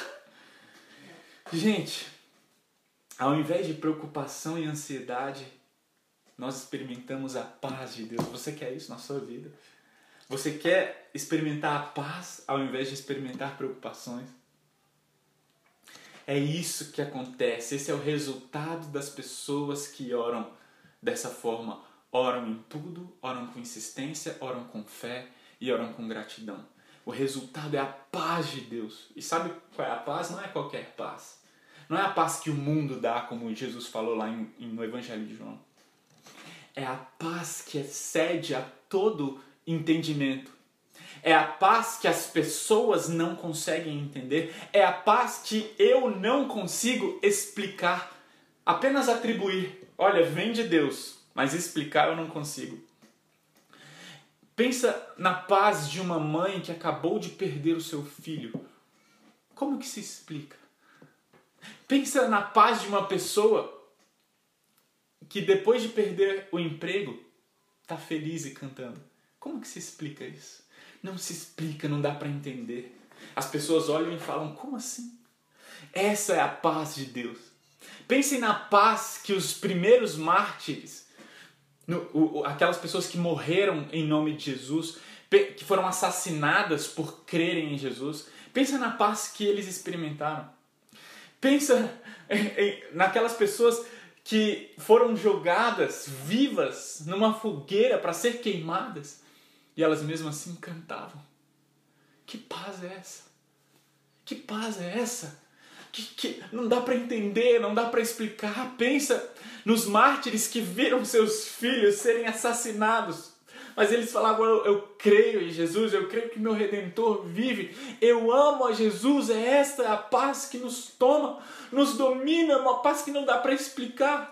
Gente, ao invés de preocupação e ansiedade, nós experimentamos a paz de Deus. Você quer isso na sua vida? Você quer experimentar a paz ao invés de experimentar preocupações? É isso que acontece. Esse é o resultado das pessoas que oram dessa forma. Oram em tudo, oram com insistência, oram com fé e oram com gratidão. O resultado é a paz de Deus. E sabe qual é a paz? Não é qualquer paz. Não é a paz que o mundo dá, como Jesus falou lá em, no Evangelho de João. É a paz que excede a todo entendimento. É a paz que as pessoas não conseguem entender. É a paz que eu não consigo explicar. Apenas atribuir. Olha, vem de Deus, mas explicar eu não consigo. Pensa na paz de uma mãe que acabou de perder o seu filho. Como que se explica? Pensa na paz de uma pessoa que depois de perder o emprego está feliz e cantando. Como que se explica isso? Não se explica, não dá para entender. As pessoas olham e falam, como assim? Essa é a paz de Deus. Pensem na paz que os primeiros mártires, no, o, aquelas pessoas que morreram em nome de Jesus, que foram assassinadas por crerem em Jesus. Pensa na paz que eles experimentaram. Pensa em, em, naquelas pessoas que foram jogadas vivas numa fogueira para ser queimadas e elas mesmo assim cantavam. Que paz é essa? Que paz é essa? Que, que não dá para entender, não dá para explicar. Pensa nos mártires que viram seus filhos serem assassinados. Mas eles falavam, eu, eu creio em Jesus, eu creio que meu Redentor vive, eu amo a Jesus, é esta a paz que nos toma, nos domina, uma paz que não dá para explicar.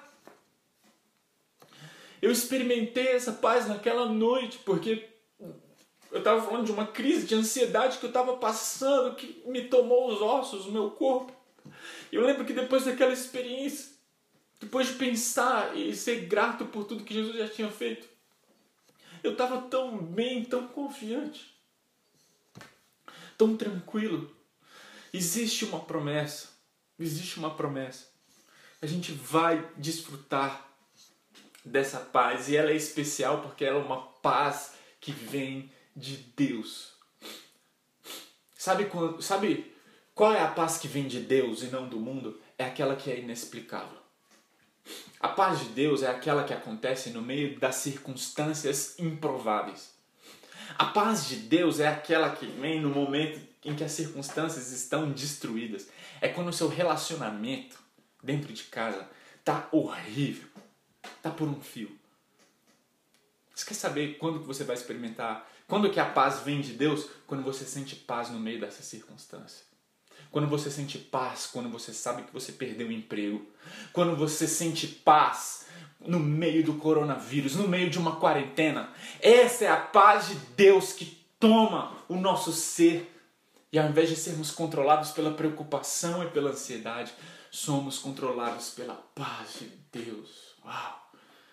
Eu experimentei essa paz naquela noite, porque eu estava falando de uma crise de ansiedade que eu estava passando, que me tomou os ossos, o meu corpo. E eu lembro que depois daquela experiência, depois de pensar e ser grato por tudo que Jesus já tinha feito, eu estava tão bem, tão confiante, tão tranquilo. Existe uma promessa, existe uma promessa. A gente vai desfrutar dessa paz e ela é especial porque ela é uma paz que vem de Deus. Sabe, quando, sabe qual é a paz que vem de Deus e não do mundo? É aquela que é inexplicável. A paz de Deus é aquela que acontece no meio das circunstâncias improváveis. A paz de Deus é aquela que vem no momento em que as circunstâncias estão destruídas. É quando o seu relacionamento dentro de casa está horrível, está por um fio. Você quer saber quando que você vai experimentar? Quando que a paz vem de Deus? Quando você sente paz no meio dessa circunstância. Quando você sente paz, quando você sabe que você perdeu o emprego. Quando você sente paz no meio do coronavírus, no meio de uma quarentena. Essa é a paz de Deus que toma o nosso ser. E ao invés de sermos controlados pela preocupação e pela ansiedade, somos controlados pela paz de Deus. Uau!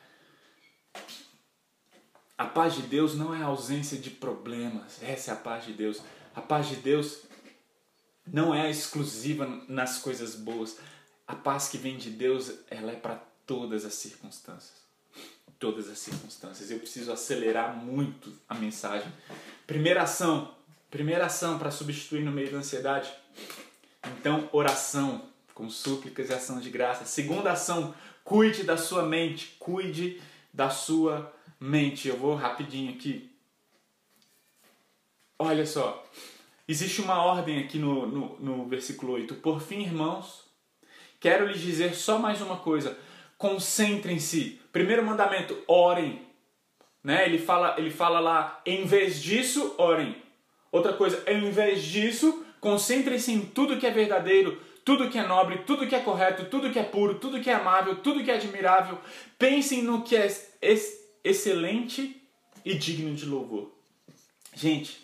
A paz de Deus não é a ausência de problemas. Essa é a paz de Deus. A paz de Deus não é exclusiva nas coisas boas. A paz que vem de Deus, ela é para todas as circunstâncias. Todas as circunstâncias. Eu preciso acelerar muito a mensagem. Primeira ação. Primeira ação para substituir no meio da ansiedade. Então, oração, com súplicas e ação de graça. Segunda ação, cuide da sua mente. Cuide da sua mente. Eu vou rapidinho aqui. Olha só. Existe uma ordem aqui no, no, no versículo oito. Por fim, irmãos, quero lhes dizer só mais uma coisa. Concentrem-se. Primeiro mandamento, orem. Né? Ele fala, ele fala lá, em vez disso, orem. Outra coisa, ao invés disso, concentre-se em tudo que é verdadeiro, tudo que é nobre, tudo que é correto, tudo que é puro, tudo que é amável, tudo que é admirável. Pensem no que é ex- excelente e digno de louvor. Gente,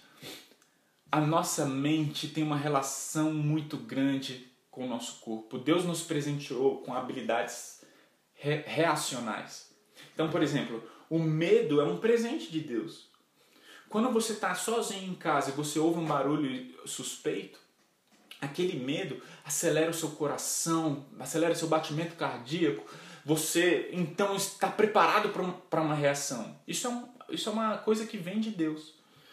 a nossa mente tem uma relação muito grande com o nosso corpo. Deus nos presenteou com habilidades re- reacionais. Então, por exemplo, o medo é um presente de Deus. Quando você está sozinho em casa e você ouve um barulho suspeito, aquele medo acelera o seu coração, acelera o seu batimento cardíaco. Você então está preparado para uma reação. Isso é, um, isso é uma coisa que vem de Deus.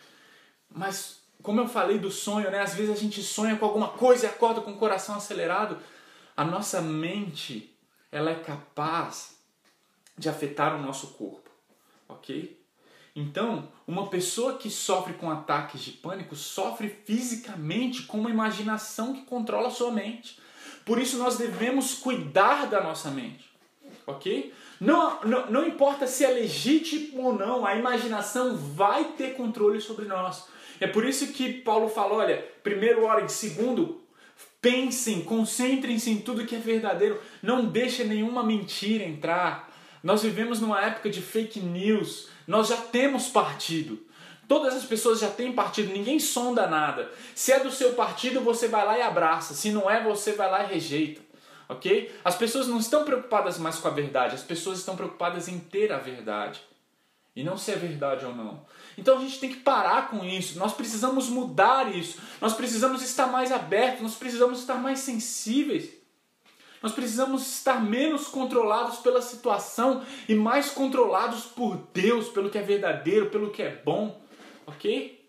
Mas, como eu falei do sonho, né? Às vezes a gente sonha com alguma coisa e acorda com o coração acelerado. A nossa mente, ela é capaz de afetar o nosso corpo, ok? Então, uma pessoa que sofre com ataques de pânico sofre fisicamente com uma imaginação que controla a sua mente. Por isso nós devemos cuidar da nossa mente, ok? Não, não, não importa se é legítimo ou não, a imaginação vai ter controle sobre nós. É por isso que Paulo fala, olha, primeiro orem, segundo, pensem, concentrem-se em tudo que é verdadeiro, não deixem nenhuma mentira entrar. Nós vivemos numa época de fake news, nós já temos partido. Todas as pessoas já têm partido, ninguém sonda nada. Se é do seu partido, você vai lá e abraça. Se não é, você vai lá e rejeita. Ok? As pessoas não estão preocupadas mais com a verdade, as pessoas estão preocupadas em ter a verdade. E não se é verdade ou não. Então a gente tem que parar com isso. Nós precisamos mudar isso. Nós precisamos estar mais abertos, nós precisamos estar mais sensíveis. Nós precisamos estar menos controlados pela situação e mais controlados por Deus, pelo que é verdadeiro, pelo que é bom, ok?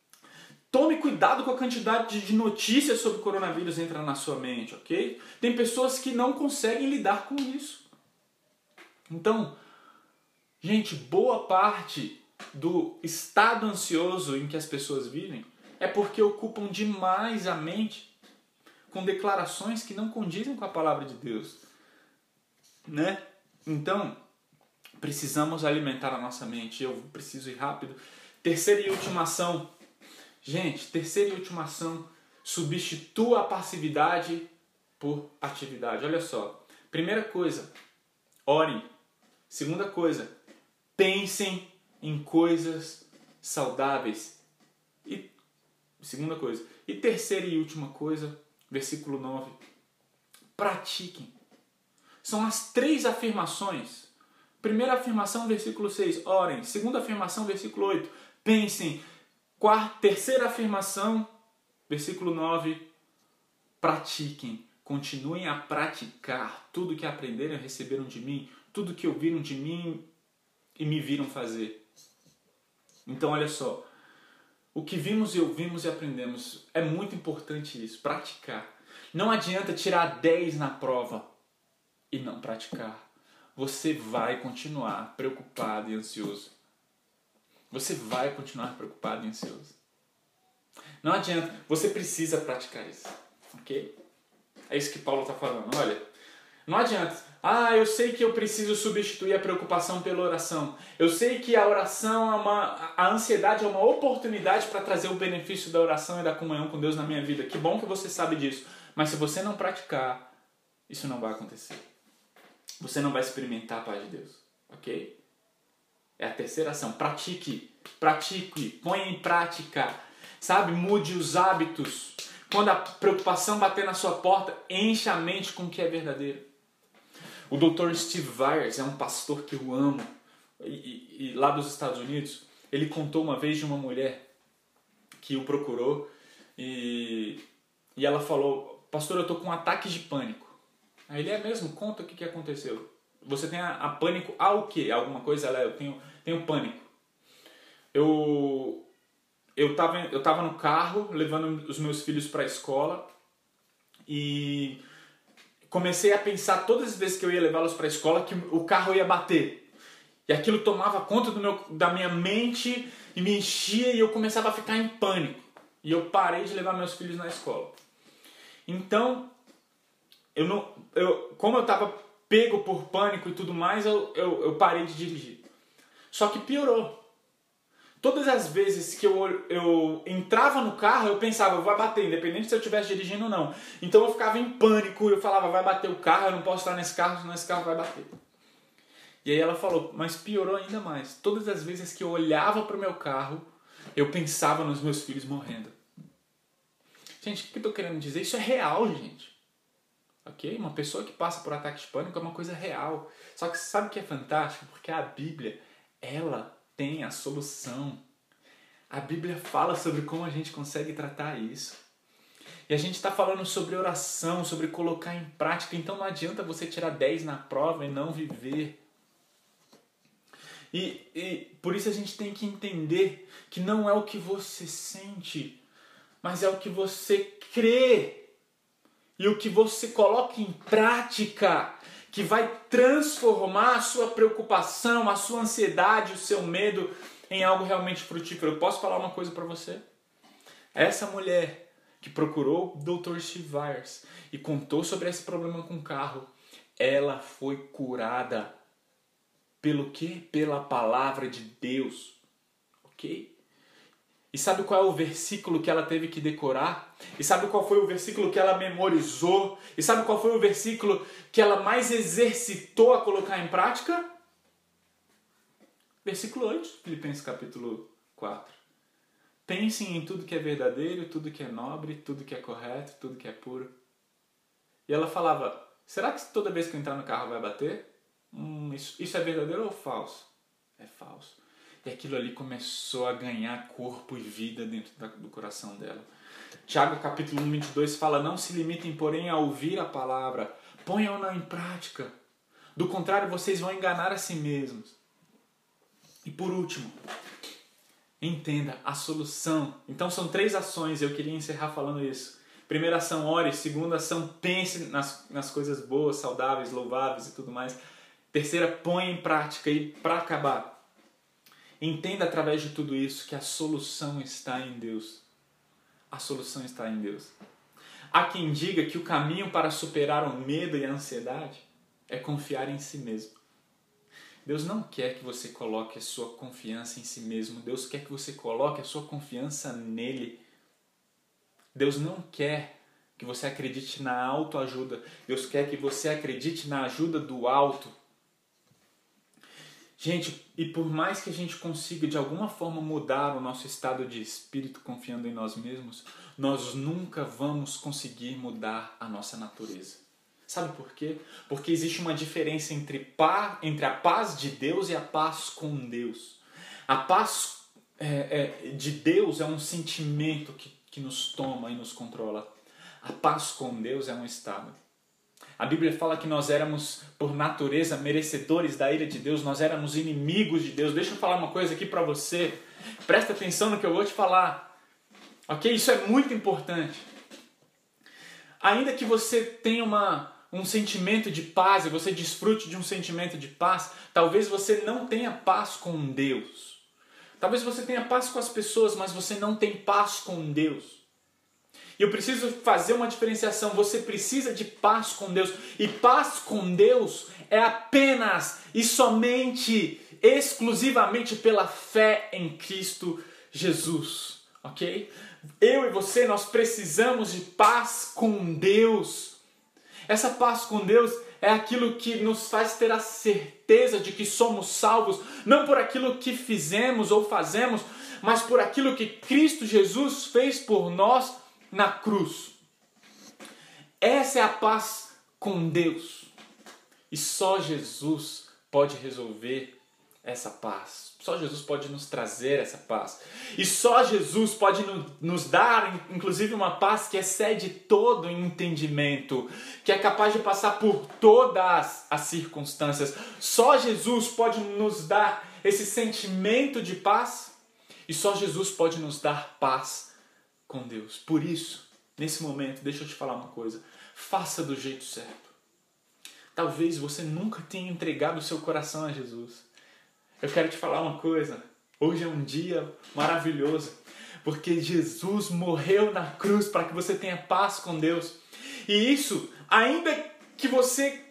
Tome cuidado com a quantidade de notícias sobre o coronavírus que entra na sua mente, ok? Tem pessoas que não conseguem lidar com isso. Então, gente, boa parte do estado ansioso em que as pessoas vivem é porque ocupam demais a mente com declarações que não condizem com a palavra de Deus, né? Então, precisamos alimentar a nossa mente. Eu preciso ir rápido. Terceira e última ação. Gente, terceira e última ação. Substitua a passividade por atividade. Olha só. Primeira coisa, orem. Segunda coisa, pensem em coisas saudáveis. E segunda coisa. E terceira e última coisa, versículo nove. Pratiquem. São as três afirmações. Primeira afirmação, versículo seis. Orem. Segunda afirmação, versículo oito. Pensem. Quarta, terceira afirmação, versículo nove. Pratiquem. Continuem a praticar tudo que aprenderam e receberam de mim. Tudo que ouviram de mim e me viram fazer. Então, olha só. O que vimos e ouvimos e aprendemos, é muito importante isso, praticar. Não adianta tirar dez na prova e não praticar. Você vai continuar preocupado e ansioso. Você vai continuar preocupado e ansioso. Não adianta, você precisa praticar isso, ok? É isso que Paulo está falando, olha. Não adianta. Ah, eu sei que eu preciso substituir a preocupação pela oração. Eu sei que a oração é uma... A ansiedade é uma oportunidade para trazer o benefício da oração e da comunhão com Deus na minha vida. Que bom que você sabe disso. Mas se você não praticar, isso não vai acontecer. Você não vai experimentar a paz de Deus. Ok? É a terceira ação. Pratique. Pratique. Ponha em prática. Sabe? Mude os hábitos. Quando a preocupação bater na sua porta, encha a mente com o que é verdadeiro. O doutor Steve Byers é um pastor que eu amo, e, e, e lá dos Estados Unidos, ele contou uma vez de uma mulher que o procurou e, e ela falou, pastor, eu tô com um ataque de pânico. Aí ele, é mesmo? Conta o que, que aconteceu. Você tem a, a pânico ao quê? Alguma coisa? Ela, eu tenho, tenho pânico. Eu, eu, tava, eu tava no carro, levando os meus filhos para a escola e... comecei a pensar todas as vezes que eu ia levá-los para a escola que o carro ia bater. E aquilo tomava conta do meu, da minha mente e me enchia e eu começava a ficar em pânico. E eu parei de levar meus filhos na escola. Então, eu não, eu, como eu estava pego por pânico e tudo mais, eu, eu, eu parei de dirigir. Só que piorou. Todas as vezes que eu, eu entrava no carro, eu pensava, vai bater, independente se eu estivesse dirigindo ou não. Então eu ficava em pânico, eu falava, vai bater o carro, eu não posso estar nesse carro, senão esse carro vai bater. E aí ela falou, mas piorou ainda mais. Todas as vezes que eu olhava para o meu carro, eu pensava nos meus filhos morrendo. Gente, o que eu estou querendo dizer? Isso é real, gente. Ok? Uma pessoa que passa por ataque de pânico é uma coisa real. Só que sabe o que é fantástico? Porque a Bíblia, ela tem a solução. A Bíblia fala sobre como a gente consegue tratar isso. E a gente está falando sobre oração, sobre colocar em prática. Então não adianta você tirar dez na prova e não viver. E, e por isso a gente tem que entender que não é o que você sente, mas é o que você crê. E o que você coloca em prática que vai transformar a sua preocupação, a sua ansiedade, o seu medo em algo realmente frutífero. Eu posso falar uma coisa para você? Essa mulher que procurou o doutor Steve Myers e contou sobre esse problema com o carro, ela foi curada. Pelo quê? Pela palavra de Deus. Ok? E sabe qual é o versículo que ela teve que decorar? E sabe qual foi o versículo que ela memorizou? E sabe qual foi o versículo que ela mais exercitou a colocar em prática? Versículo oito, Filipenses capítulo quatro. Pensem em tudo que é verdadeiro, tudo que é nobre, tudo que é correto, tudo que é puro. E ela falava, será que toda vez que eu entrar no carro vai bater? Hum, isso, isso é verdadeiro ou falso? É falso. E aquilo ali começou a ganhar corpo e vida dentro da, do coração dela. Tiago capítulo um, vinte e dois fala, não se limitem, porém, a ouvir a palavra, ponham-na em prática. Do contrário, vocês vão enganar a si mesmos. E por último, entenda a solução. Então são três ações, eu queria encerrar falando isso. Primeira ação, ore. Segunda ação, pense nas, nas coisas boas, saudáveis, louváveis e tudo mais. Terceira, põe em prática. E para acabar, entenda através de tudo isso que a solução está em Deus. A solução está em Deus. Há quem diga que o caminho para superar o medo e a ansiedade é confiar em si mesmo. Deus não quer que você coloque a sua confiança em si mesmo. Deus quer que você coloque a sua confiança nele. Deus não quer que você acredite na autoajuda. Deus quer que você acredite na ajuda do alto. Gente, e por mais que a gente consiga de alguma forma mudar o nosso estado de espírito confiando em nós mesmos, nós nunca vamos conseguir mudar a nossa natureza. Sabe por quê? Porque existe uma diferença entre, paz, entre a paz de Deus e a paz com Deus. A paz é, é, de Deus é um sentimento que, que nos toma e nos controla. A paz com Deus é um estado. A Bíblia fala que nós éramos, por natureza, merecedores da ira de Deus, nós éramos inimigos de Deus. Deixa eu falar uma coisa aqui para você. Presta atenção no que eu vou te falar. Ok? Isso é muito importante. Ainda que você tenha uma, um sentimento de paz e você desfrute de um sentimento de paz, talvez você não tenha paz com Deus. Talvez você tenha paz com as pessoas, mas você não tem paz com Deus. E eu preciso fazer uma diferenciação. Você precisa de paz com Deus. E paz com Deus é apenas e somente, exclusivamente pela fé em Cristo Jesus. Ok? Eu e você, nós precisamos de paz com Deus. Essa paz com Deus é aquilo que nos faz ter a certeza de que somos salvos, não por aquilo que fizemos ou fazemos, mas por aquilo que Cristo Jesus fez por nós na cruz. Essa é a paz com Deus. E só Jesus pode resolver essa paz. Só Jesus pode nos trazer essa paz. E só Jesus pode nos dar, inclusive, uma paz que excede todo entendimento, que é capaz de passar por todas as circunstâncias. Só Jesus pode nos dar esse sentimento de paz. E só Jesus pode nos dar paz com Deus. Por isso, nesse momento, deixa eu te falar uma coisa. Faça do jeito certo. Talvez você nunca tenha entregado o seu coração a Jesus. Eu quero te falar uma coisa. Hoje é um dia maravilhoso. Porque Jesus morreu na cruz para que você tenha paz com Deus. E isso, ainda que você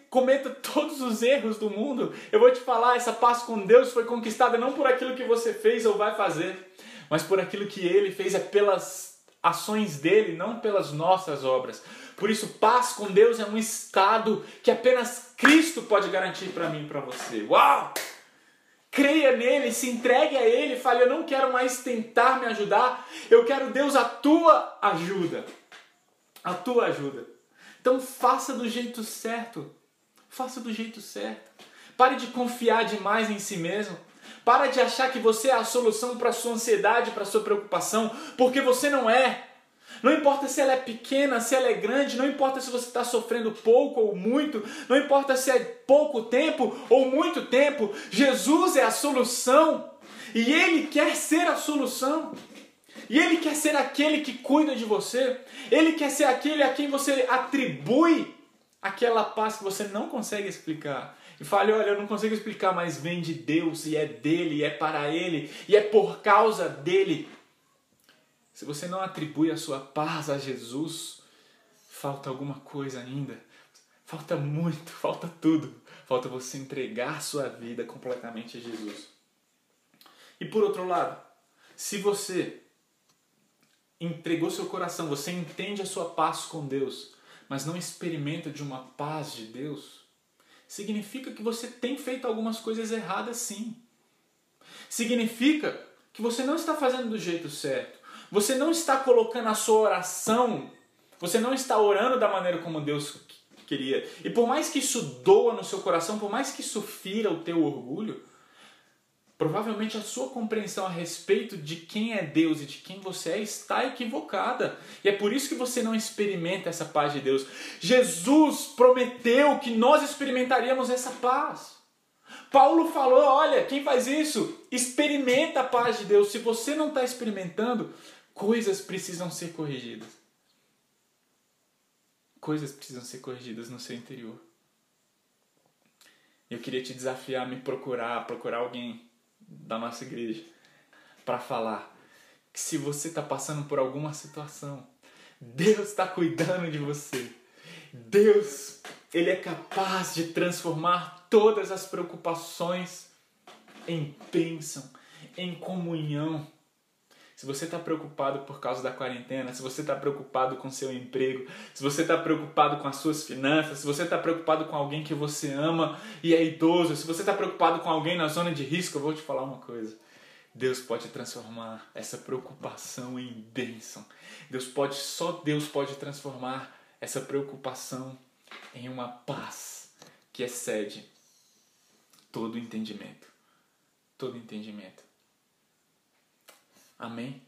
cometa todos os erros do mundo, eu vou te falar, essa paz com Deus foi conquistada não por aquilo que você fez ou vai fazer, mas por aquilo que Ele fez, é pelas ações dele, não pelas nossas obras. Por isso, paz com Deus é um estado que apenas Cristo pode garantir para mim e para você. Uau! Creia nele, se entregue a ele, fale, eu não quero mais tentar me ajudar, eu quero, Deus, a tua ajuda. A tua ajuda. Então faça do jeito certo. Faça do jeito certo. Pare de confiar demais em si mesmo. Para de achar que você é a solução para a sua ansiedade, para a sua preocupação, porque você não é. Não importa se ela é pequena, se ela é grande, não importa se você está sofrendo pouco ou muito, não importa se é pouco tempo ou muito tempo, Jesus é a solução e Ele quer ser a solução. E Ele quer ser aquele que cuida de você, Ele quer ser aquele a quem você atribui aquela paz que você não consegue explicar. E fale, olha, eu não consigo explicar, mas vem de Deus e é dele, e é para Ele, e é por causa dele. Se você não atribui a sua paz a Jesus, falta alguma coisa ainda. Falta muito, falta tudo. Falta você entregar sua vida completamente a Jesus. E por outro lado, se você entregou seu coração, você entende a sua paz com Deus, mas não experimenta de uma paz de Deus, significa que você tem feito algumas coisas erradas sim. Significa que você não está fazendo do jeito certo. Você não está colocando a sua oração, você não está orando da maneira como Deus queria. E por mais que isso doa no seu coração, por mais que isso fira o teu orgulho, provavelmente a sua compreensão a respeito de quem é Deus e de quem você é está equivocada. E é por isso que você não experimenta essa paz de Deus. Jesus prometeu que nós experimentaríamos essa paz. Paulo falou, olha, quem faz isso, experimenta a paz de Deus. Se você não está experimentando, coisas precisam ser corrigidas. Coisas precisam ser corrigidas no seu interior. Eu queria te desafiar a me procurar, procurar alguém da nossa igreja, para falar que se você está passando por alguma situação, Deus está cuidando de você. Deus, Ele é capaz de transformar todas as preocupações em bênção, em comunhão. Se você está preocupado por causa da quarentena, se você está preocupado com seu emprego, se você está preocupado com as suas finanças, se você está preocupado com alguém que você ama e é idoso, se você está preocupado com alguém na zona de risco, eu vou te falar uma coisa. Deus pode transformar essa preocupação em bênção. Deus pode, só Deus pode transformar essa preocupação em uma paz que excede todo entendimento. Todo entendimento. Amém?